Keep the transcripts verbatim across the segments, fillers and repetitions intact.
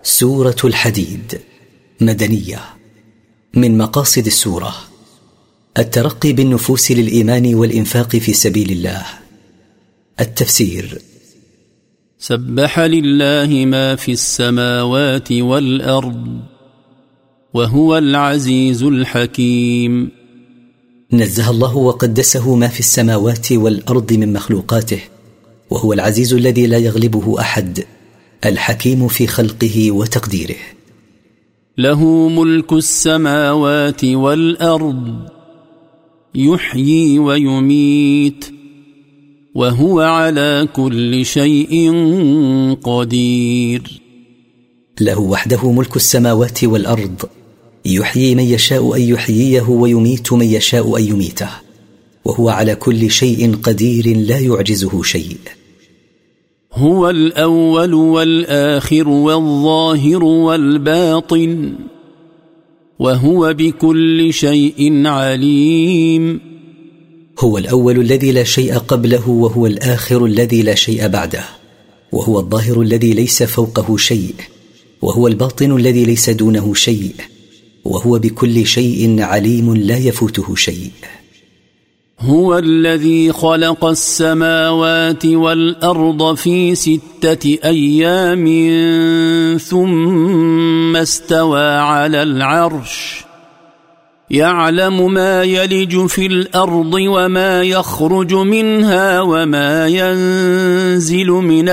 سورة الحديد مدنية. من مقاصد السورة الترقي بالنفوس للإيمان والإنفاق في سبيل الله. التفسير: سبح لله ما في السماوات والأرض وهو العزيز الحكيم. نزه الله وقدسه ما في السماوات والأرض من مخلوقاته، وهو العزيز الذي لا يغلبه أحد، الحكيم في خلقه وتقديره. له ملك السماوات والأرض يحيي ويميت وهو على كل شيء قدير. له وحده ملك السماوات والأرض، يحيي من يشاء أن يحييه ويميت من يشاء أن يميته، وهو على كل شيء قدير لا يعجزه شيء. هو الأول والآخر والظاهر والباطن وهو بكل شيء عليم. هو الأول الذي لا شيء قبله، وهو الآخر الذي لا شيء بعده، وهو الظاهر الذي ليس فوقه شيء، وهو الباطن الذي ليس دونه شيء، وهو بكل شيء عليم لا يفوته شيء. هو الذي خلق السماوات والأرض في ستة أيام ثم استوى على العرش يعلم ما يلج في الأرض وما يخرج منها وما ينزل من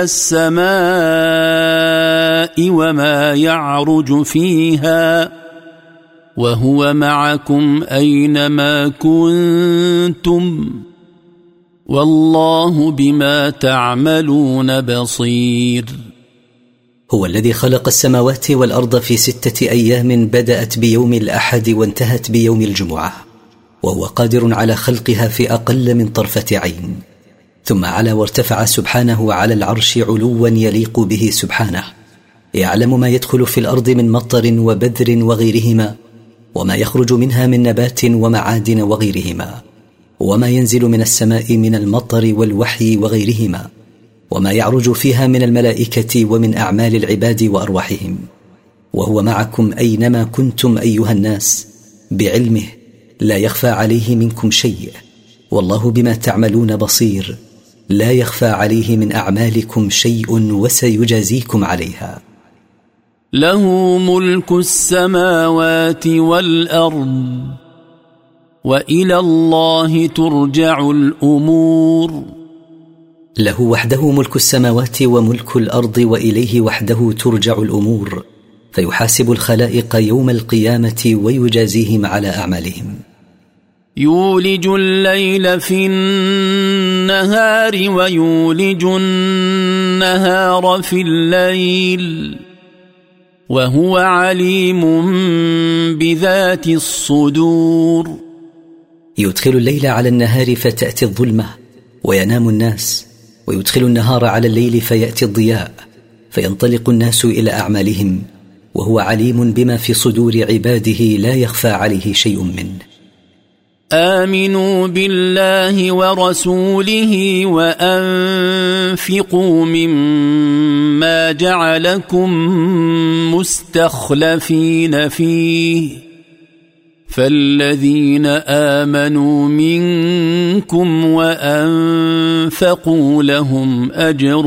السماء وما يعرج فيها وهو معكم أينما كنتم والله بما تعملون بصير. هو الذي خلق السماوات والأرض في ستة أيام بدأت بيوم الأحد وانتهت بيوم الجمعة، وهو قادر على خلقها في أقل من طرفة عين. ثم علا وارتفع سبحانه على العرش علوا يليق به سبحانه، يعلم ما يدخل في الأرض من مطر وبذر وغيرهما، وما يخرج منها من نبات ومعادن وغيرهما، وما ينزل من السماء من المطر والوحي وغيرهما، وما يعرج فيها من الملائكة ومن أعمال العباد وأرواحهم. وهو معكم أينما كنتم أيها الناس بعلمه، لا يخفى عليه منكم شيء، والله بما تعملون بصير، لا يخفى عليه من أعمالكم شيء وسيجازيكم عليها. له ملك السماوات والأرض وإلى الله ترجع الأمور. له وحده ملك السماوات وملك الأرض، وإليه وحده ترجع الأمور، فيحاسب الخلائق يوم القيامة ويجازيهم على أعمالهم. يولج الليل في النهار ويولج النهار في الليل وهو عليم بذات الصدور. يدخل الليل على النهار فتأتي الظلمة وينام الناس، ويدخل النهار على الليل فيأتي الضياء، فينطلق الناس إلى أعمالهم، وهو عليم بما في صدور عباده لا يخفى عليه شيء منه. آمنوا بالله ورسوله وأنفقوا مما جعلكم مستخلفين فيه، فالذين آمنوا منكم وأنفقوا لهم أجر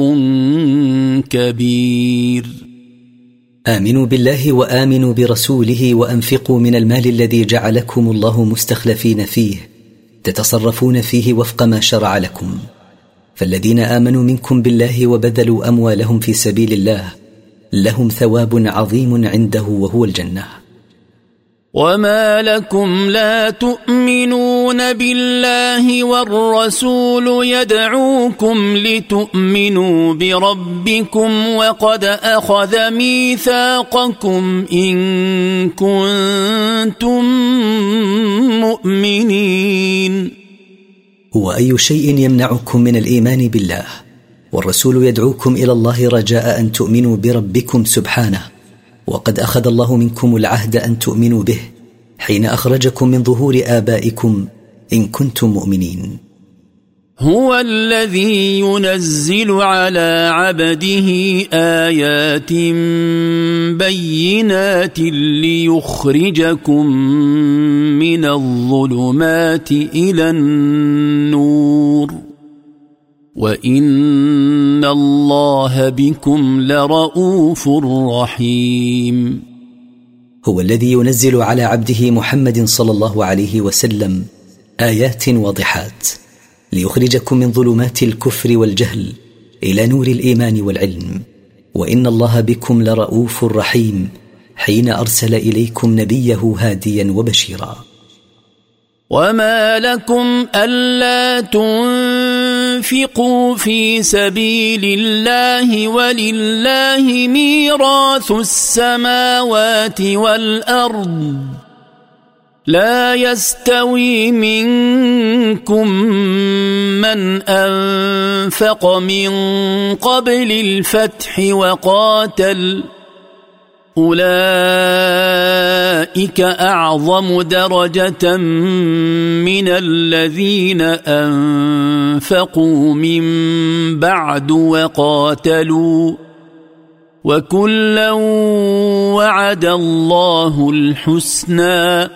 كبير. آمنوا بالله وآمنوا برسوله وأنفقوا من المال الذي جعلكم الله مستخلفين فيه، تتصرفون فيه وفق ما شرع لكم. فالذين آمنوا منكم بالله وبذلوا أموالهم في سبيل الله لهم ثواب عظيم عنده وهو الجنة. وما لكم لا تؤمنون بالله والرسول يدعوكم لتؤمنوا بربكم وقد أخذ ميثاقكم إن كنتم مؤمنين. وأي شيء يمنعكم من الإيمان بالله؟ والرسول يدعوكم إلى الله رجاء أن تؤمنوا بربكم سبحانه، وقد أخذ الله منكم العهد أن تؤمنوا به حين أخرجكم من ظهور آبائكم إن كنتم مؤمنين. هو الذي ينزل على عبده آيات بينات ليخرجكم من الظلمات إلى النور وإن الله بكم لرؤوف رحيم. هو الذي ينزل على عبده محمد صلى الله عليه وسلم آيات واضحات ليخرجكم من ظلمات الكفر والجهل إلى نور الإيمان والعلم، وإن الله بكم لرؤوف رحيم حين أرسل إليكم نبيه هاديا وبشيرا. وما لكم ألا تنفقوا في سبيل الله ولله ميراث السماوات والأرض لا يستوي منكم من أنفق من قبل الفتح وقاتل أولئك أعظم درجة من الذين أنفقوا من بعد وقاتلوا وكلا وعد الله الحسنى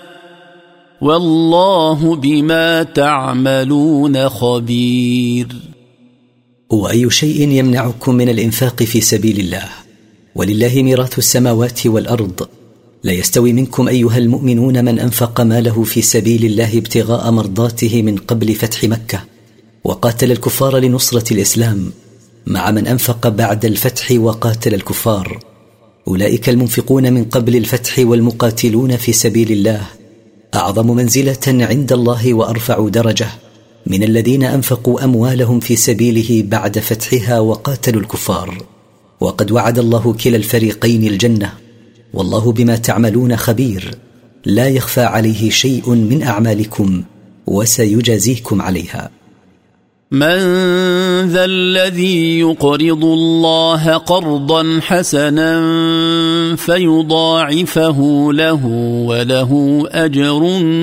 والله بما تعملون خبير. وأي شيء يمنعكم من الإنفاق في سبيل الله؟ ولله ميراث السماوات والأرض. لا يستوي منكم أيها المؤمنون من أنفق ماله في سبيل الله ابتغاء مرضاته من قبل فتح مكة وقاتل الكفار لنصرة الإسلام، مع من أنفق بعد الفتح وقاتل الكفار. أولئك المنفقون من قبل الفتح والمقاتلون في سبيل الله أعظم منزلة عند الله وأرفع درجة من الذين أنفقوا أموالهم في سبيله بعد فتحها وقاتلوا الكفار. وقد وعد الله كلا الفريقين الجنة، والله بما تعملون خبير، لا يخفى عليه شيء من أعمالكم وسيجازيكم عليها. من ذا الذي يقرض الله قرضا حسنا فيضاعفه له وله أجر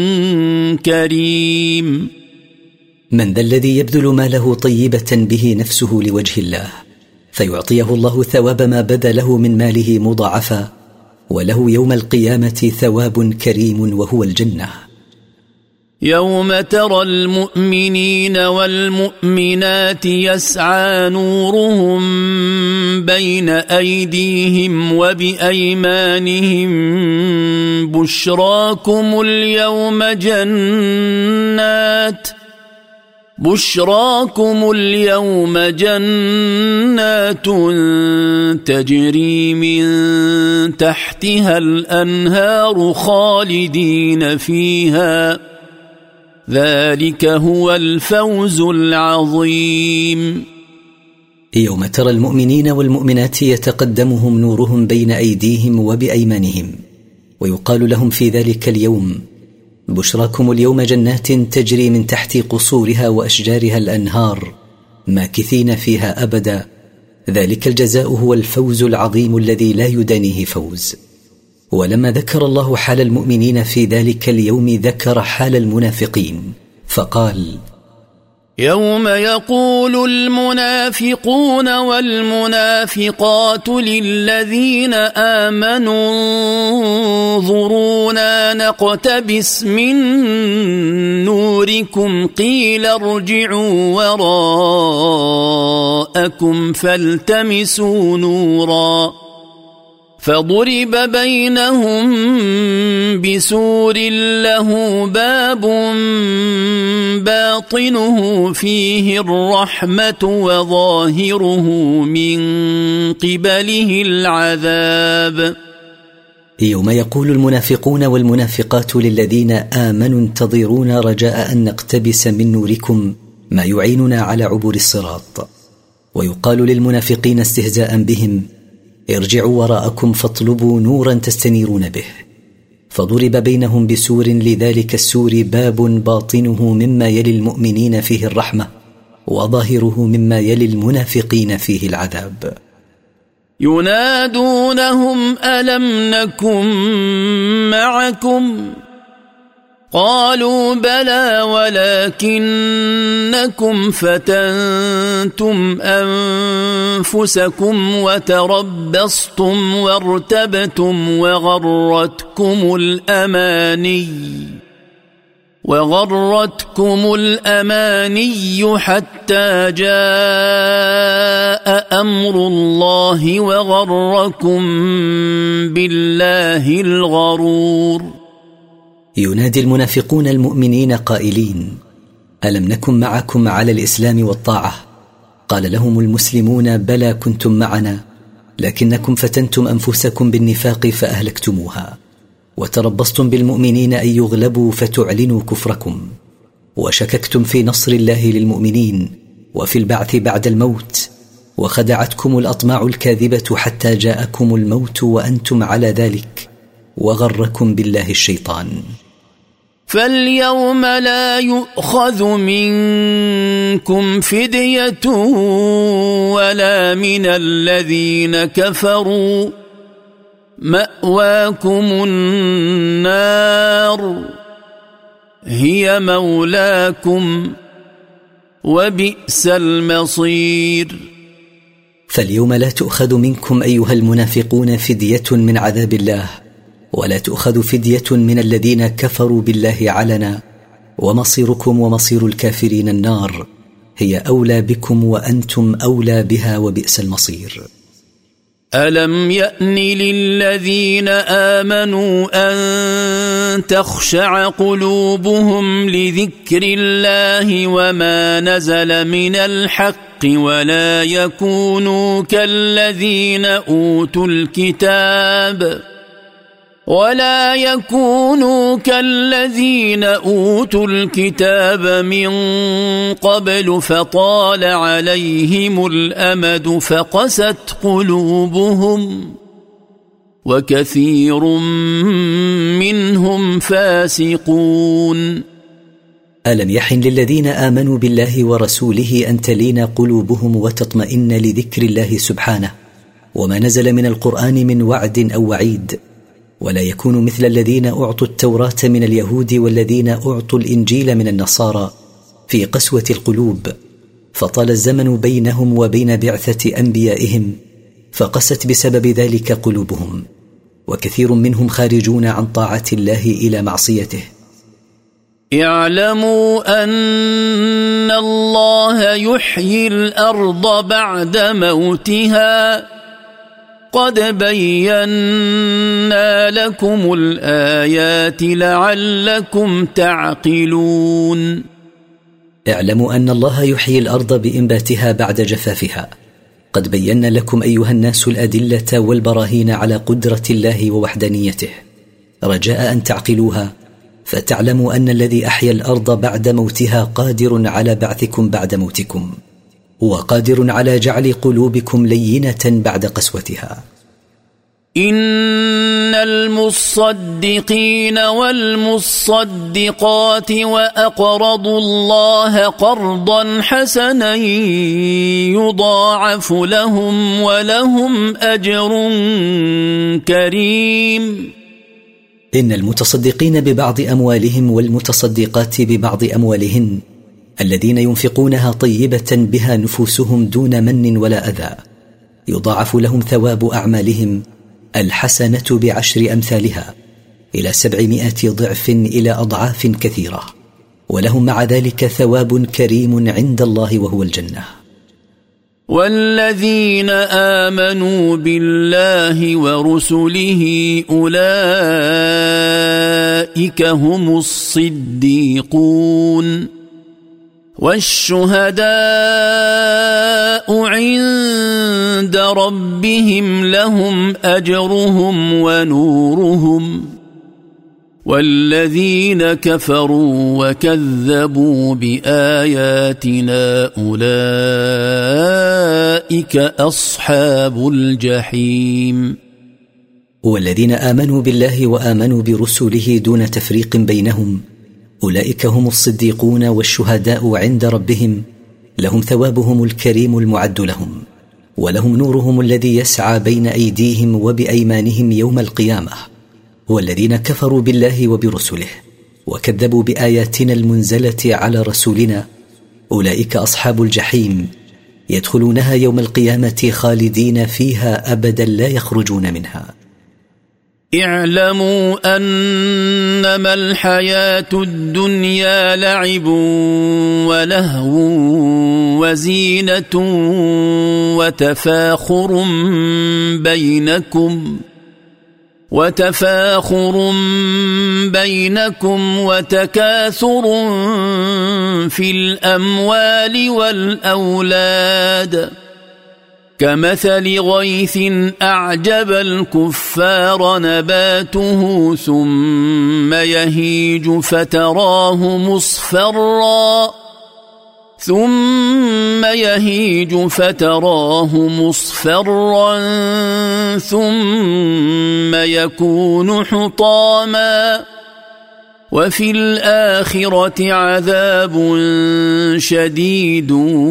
كريم. من ذا الذي يبذل ماله طيبة به نفسه لوجه الله فيعطيه الله ثواب ما بذله من ماله مضاعفا، وله يوم القيامة ثواب كريم وهو الجنة. يوم ترى المؤمنين والمؤمنات يسعى نورهم بين أيديهم وبأيمانهم بشراكم اليوم جنات بشراكم اليوم جنات تجري من تحتها الأنهار خالدين فيها ذلك هو الفوز العظيم. يوم ترى المؤمنين والمؤمنات يتقدمهم نورهم بين أيديهم وبأيمانهم، ويقال لهم في ذلك اليوم بشراكم اليوم جنات تجري من تحت قصورها وأشجارها الأنهار ماكثين فيها أبدا، ذلك الجزاء هو الفوز العظيم الذي لا يدانيه فوز. ولما ذكر الله حال المؤمنين في ذلك اليوم ذكر حال المنافقين فقال: يوم يقول المنافقون والمنافقات للذين آمنوا انظرونا نقتبس من نوركم قيل ارجعوا وراءكم فالتمسوا نورا فضرب بينهم بسور له باب باطنه فيه الرحمة وظاهره من قبله العذاب. يوم يقول المنافقون والمنافقات للذين آمنوا انتظرونا رجاء أن نقتبس من نوركم ما يعيننا على عبور الصراط، ويقال للمنافقين استهزاء بهم: ارجعوا وراءكم فاطلبوا نورا تستنيرون به. فضرب بينهم بسور لذلك السور باب باطنه مما يلي المؤمنين فيه الرحمة وظاهره مما يلي المنافقين فيه العذاب. ينادونهم ألم نكن معكم قالوا بلى ولكنكم فتنتم أنفسكم وتربصتم وارتبتم وغرتكم الأماني وغرتكم الأماني حتى جاء أمر الله وغركم بالله الغرور. ينادي المنافقون المؤمنين قائلين: ألم نكن معكم على الإسلام والطاعة؟ قال لهم المسلمون: بلى كنتم معنا، لكنكم فتنتم أنفسكم بالنفاق فأهلكتموها، وتربصتم بالمؤمنين أن يغلبوا فتعلنوا كفركم، وشككتم في نصر الله للمؤمنين وفي البعث بعد الموت، وخدعتكم الأطماع الكاذبة حتى جاءكم الموت وأنتم على ذلك، وغركم بالله الشيطان. فاليوم لا يؤخذ منكم فدية ولا من الذين كفروا، مأواكم النار هي مولاكم وبئس المصير. فاليوم لا تؤخذ منكم أيها المنافقون فدية من عذاب الله، ولا تؤخذ فدية من الذين كفروا بالله علنا، ومصيركم ومصير الكافرين النار، هي أولى بكم وأنتم أولى بها وبئس المصير. ألم يأن للذين آمنوا أن تخشع قلوبهم لذكر الله وما نزل من الحق ولا يكونوا كالذين أوتوا الكتاب ولا يكونوا كالذين أوتوا الكتاب من قبل فطال عليهم الأمد فقست قلوبهم وكثير منهم فاسقون. ألم يحن للذين آمنوا بالله ورسوله أن تلين قلوبهم وتطمئن لذكر الله سبحانه وما نزل من القرآن من وعد أو وعيد، ولا يكونوا مثل الذين أعطوا التوراة من اليهود والذين أعطوا الإنجيل من النصارى في قسوة القلوب، فطال الزمن بينهم وبين بعثة أنبيائهم فقست بسبب ذلك قلوبهم، وكثير منهم خارجون عن طاعة الله إلى معصيته. اعلموا أن الله يحيي الأرض بعد موتها قد بينا لكم الآيات لعلكم تعقلون. اعلموا أن الله يحيي الأرض بإنباتها بعد جفافها، قد بينا لكم أيها الناس الأدلة والبراهين على قدرة الله ووحدانيته، رجاء أن تعقلوها فتعلموا أن الذي أحيا الأرض بعد موتها قادر على بعثكم بعد موتكم، وقادر على جعل قلوبكم لينة بعد قسوتها. إن المصدقين والمصدقات وأقرضوا الله قرضا حسنا يضاعف لهم ولهم أجر كريم. إن المتصدقين ببعض أموالهم والمتصدقات ببعض أموالهن الذين ينفقونها طيبة بها نفوسهم دون من ولا أذى، يضاعف لهم ثواب أعمالهم الحسنة بعشر أمثالها إلى سبعمائة ضعف إلى أضعاف كثيرة، ولهم مع ذلك ثواب كريم عند الله وهو الجنة. والذين آمنوا بالله ورسله أولئك هم الصديقون والشهداء عند ربهم لهم أجرهم ونورهم، والذين كفروا وكذبوا بآياتنا أولئك أصحاب الجحيم. والذين آمنوا بالله وآمنوا برسله دون تفريق بينهم أولئك هم الصديقون والشهداء عند ربهم، لهم ثوابهم الكريم المعد لهم، ولهم نورهم الذي يسعى بين أيديهم وبأيمانهم يوم القيامة. والذين كفروا بالله وبرسله وكذبوا بآياتنا المنزلة على رسولنا، أولئك أصحاب الجحيم، يدخلونها يوم القيامة خالدين فيها أبدا لا يخرجون منها. اعلموا أنما الحياة الدنيا لعب ولهو وزينة وتفاخر بينكم وتفاخر بينكم وتكاثر في الأموال والأولاد كمثل غيث أعجب الكفار نباته ثم يهيج فتراه مصفرا ثم يهيج فتراه مصفرا ثم يكون حطاما وفي الآخرة عذاب شديد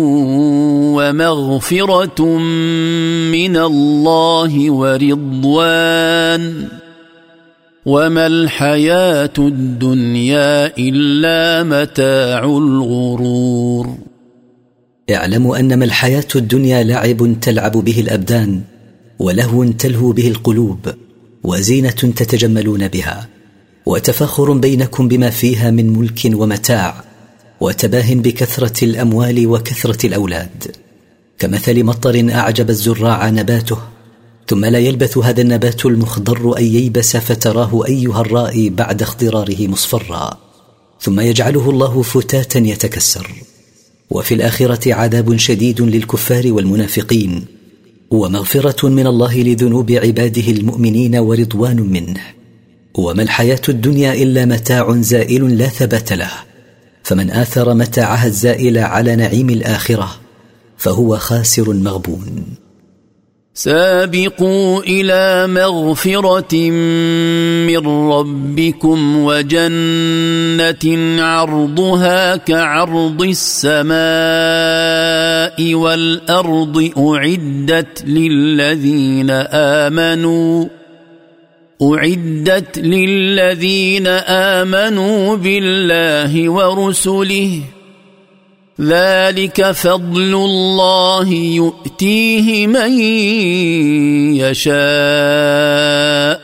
ومغفرة من الله ورضوان وما الحياة الدنيا إلا متاع الغرور. اعلموا أنما الحياة الدنيا لعب تلعب به الأبدان، ولهو تلهو به القلوب، وزينة تتجملون بها، وتفاخر بينكم بما فيها من ملك ومتاع، وتباه بكثرة الأموال وكثرة الأولاد، كمثل مطر أعجب الزراع نباته ثم لا يلبث هذا النبات المخضر أن ييبس فتراه أيها الرائي بعد اخضراره مصفرا ثم يجعله الله فتاتا يتكسر. وفي الآخرة عذاب شديد للكفار والمنافقين، ومغفرة من الله لذنوب عباده المؤمنين ورضوان منه. وما الحياة الدنيا إلا متاع زائل لا ثبات له، فمن آثر متاعها الزائل على نعيم الآخرة فهو خاسر مغبون. سابقوا إلى مغفرة من ربكم وجنة عرضها كعرض السماء والأرض أعدت للذين آمنوا أعدت للذين آمنوا بالله ورسله ذلك فضل الله يؤتيه من يشاء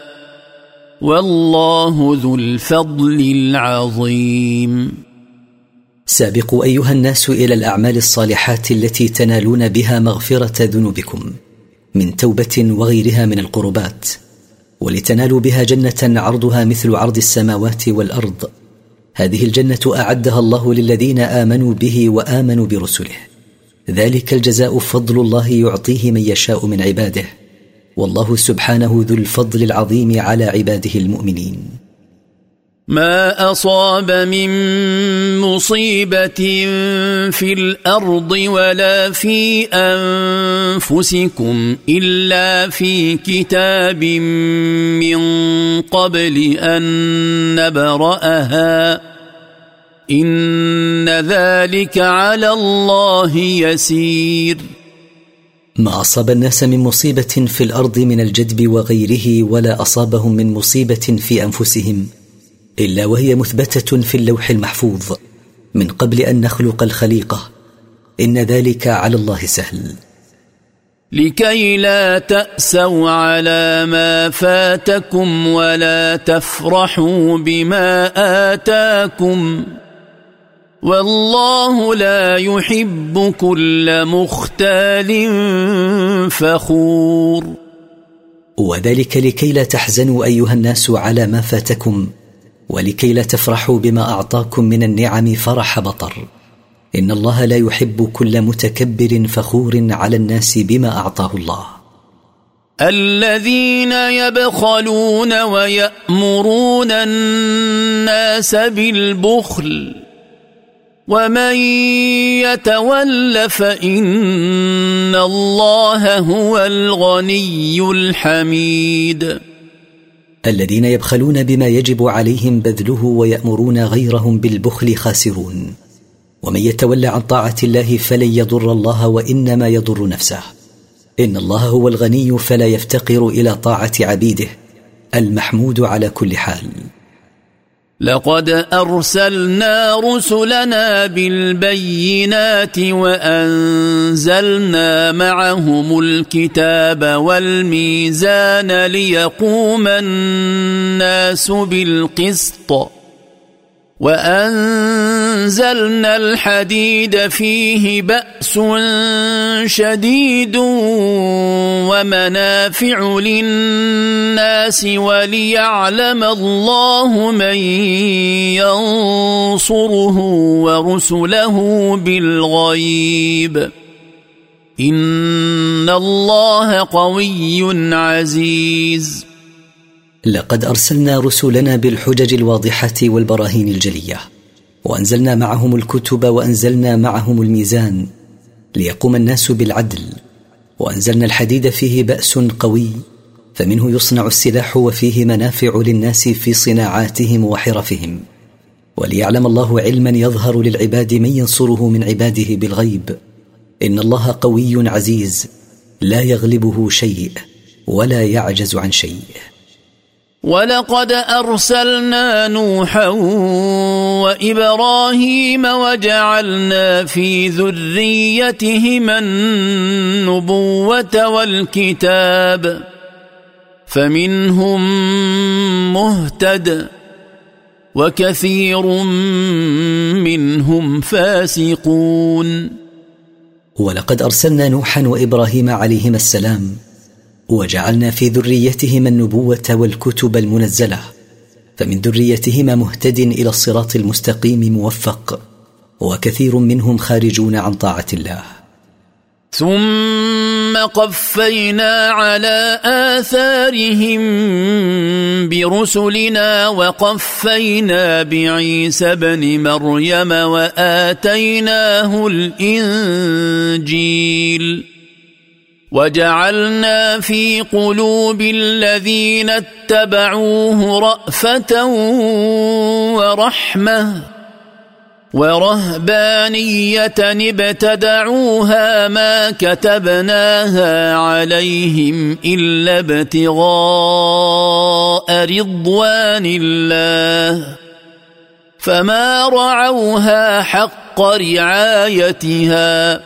والله ذو الفضل العظيم. سابقوا أيها الناس إلى الأعمال الصالحات التي تنالون بها مغفرة ذنوبكم من توبة وغيرها من القربات، ولتنالوا بها جنة عرضها مثل عرض السماوات والأرض. هذه الجنة أعدها الله للذين آمنوا به وآمنوا برسله، ذلك الجزاء فضل الله يعطيه من يشاء من عباده، والله سبحانه ذو الفضل العظيم على عباده المؤمنين. ما أصاب من مصيبة في الأرض ولا في أنفسكم إلا في كتاب من قبل أن نبرأها إن ذلك على الله يسير. ما أصاب الناس من مصيبة في الأرض من الجدب وغيره ولا أصابهم من مصيبة في أنفسهم إلا وهي مثبتة في اللوح المحفوظ من قبل أن نخلق الخليقة، إن ذلك على الله سهل. لكي لا تأسوا على ما فاتكم ولا تفرحوا بما آتاكم والله لا يحب كل مختال فخور. وذلك لكي لا تحزنوا أيها الناس على ما فاتكم، ولكي لا تفرحوا بما أعطاكم من النعم فرح بطر. إن الله لا يحب كل متكبر فخور على الناس بما أعطاه الله. الذين يبخلون ويأمرون الناس بالبخل ومن يتول فإن الله هو الغني الحميد. الذين يبخلون بما يجب عليهم بذله ويأمرون غيرهم بالبخل خاسرون، ومن يتولى عن طاعة الله فلن يضر الله وإنما يضر نفسه. إن الله هو الغني فلا يفتقر إلى طاعة عبيده المحمود على كل حال. لقد أرسلنا رسلنا بالبينات وأنزلنا معهم الكتاب والميزان ليقوم الناس بالقسط وأنزلنا الحديد فيه بأس شديد ومنافع للناس وليعلم الله من ينصره ورسله بالغيب إن الله قوي عزيز. لقد أرسلنا رسلنا بالحجج الواضحة والبراهين الجلية، وأنزلنا معهم الكتب وأنزلنا معهم الميزان ليقوم الناس بالعدل، وأنزلنا الحديد فيه بأس قوي فمنه يصنع السلاح وفيه منافع للناس في صناعاتهم وحرفهم، وليعلم الله علما يظهر للعباد من ينصره من عباده بالغيب إن الله قوي عزيز لا يغلبه شيء ولا يعجز عن شيء. ولقد أرسلنا نوحا وإبراهيم وجعلنا في ذريتهما النبوة والكتاب فمنهم مهتد وكثير منهم فاسقون. ولقد أرسلنا نوحا وإبراهيم عليهما السلام وجعلنا في ذريتهما النبوة والكتب المنزلة فمن ذريتهما مهتد إلى الصراط المستقيم موفق وكثير منهم خارجون عن طاعة الله. ثم قفينا على آثارهم برسلنا وقفينا بعيسى بن مريم وآتيناه الإنجيل وجعلنا في قلوب الذين اتبعوه رأفة ورحمة ورهبانية ابتدعوها ما كتبناها عليهم إلا ابتغاء رضوان الله فما رعوها حق رعايتها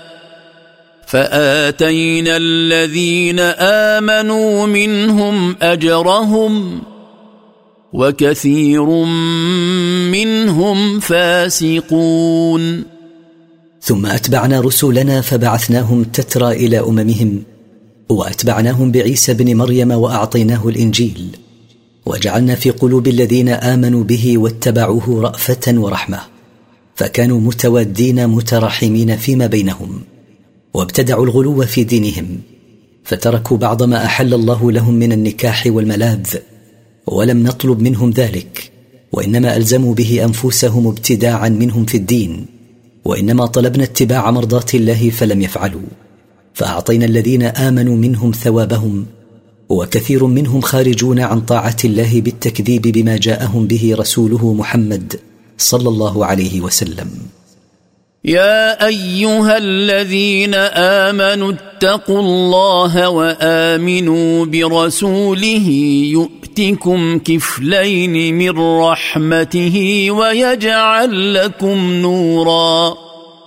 فآتينا الذين آمنوا منهم أجرهم وكثير منهم فاسقون. ثم أتبعنا رسلنا فبعثناهم تترى إلى أممهم وأتبعناهم بعيسى بن مريم وأعطيناه الإنجيل وجعلنا في قلوب الذين آمنوا به واتبعوه رأفة ورحمة فكانوا متوادين مترحمين فيما بينهم وابتدعوا الغلو في دينهم فتركوا بعض ما أحل الله لهم من النكاح والملاذ ولم نطلب منهم ذلك وإنما ألزموا به أنفسهم ابتداعا منهم في الدين وإنما طلبنا اتباع مرضات الله فلم يفعلوا فأعطينا الذين آمنوا منهم ثوابهم وكثير منهم خارجون عن طاعة الله بالتكذيب بما جاءهم به رسوله محمد صلى الله عليه وسلم. يا أيها الذين آمنوا اتقوا الله وآمنوا برسوله يؤتكم كفلين من رحمته ويجعل لكم نورا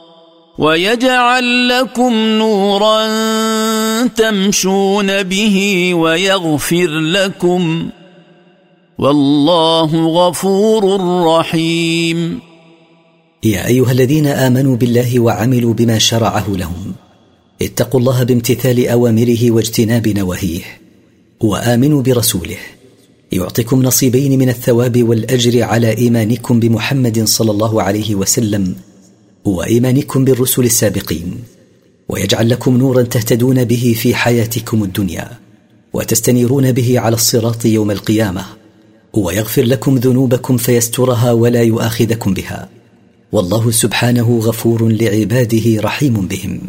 ويجعل لكم نورا تمشون به ويغفر لكم والله غفور رحيم. يا أيها الذين آمنوا بالله وعملوا بما شرعه لهم اتقوا الله بامتثال أوامره واجتناب نواهيه وآمنوا برسوله يعطيكم نصيبين من الثواب والأجر على إيمانكم بمحمد صلى الله عليه وسلم وإيمانكم بالرسل السابقين ويجعل لكم نورا تهتدون به في حياتكم الدنيا وتستنيرون به على الصراط يوم القيامة ويغفر لكم ذنوبكم فيسترها ولا يؤاخذكم بها والله سبحانه غفور لعباده رحيم بهم.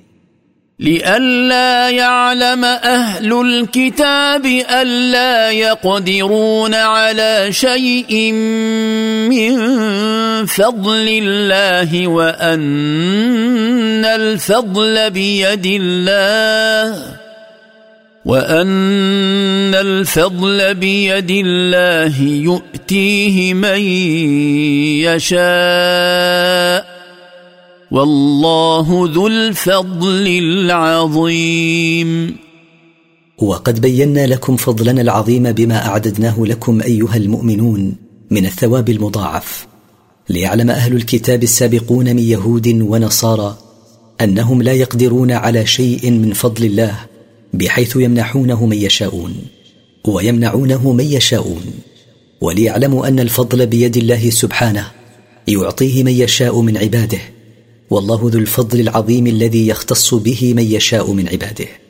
لئلا يعلم أهل الكتاب ألا يقدرون على شيء من فضل الله وأن الفضل بيد الله وأن الفضل بيد الله يؤتيه من يشاء والله ذو الفضل العظيم. وقد بينا لكم فضلنا العظيم بما أعددناه لكم أيها المؤمنون من الثواب المضاعف، ليعلم أهل الكتاب السابقون من يهود ونصارى أنهم لا يقدرون على شيء من فضل الله، بحيث يمنحونه من يشاءون ويمنعونه من يشاءون، وليعلموا أن الفضل بيد الله سبحانه يعطيه من يشاء من عباده، والله ذو الفضل العظيم الذي يختص به من يشاء من عباده.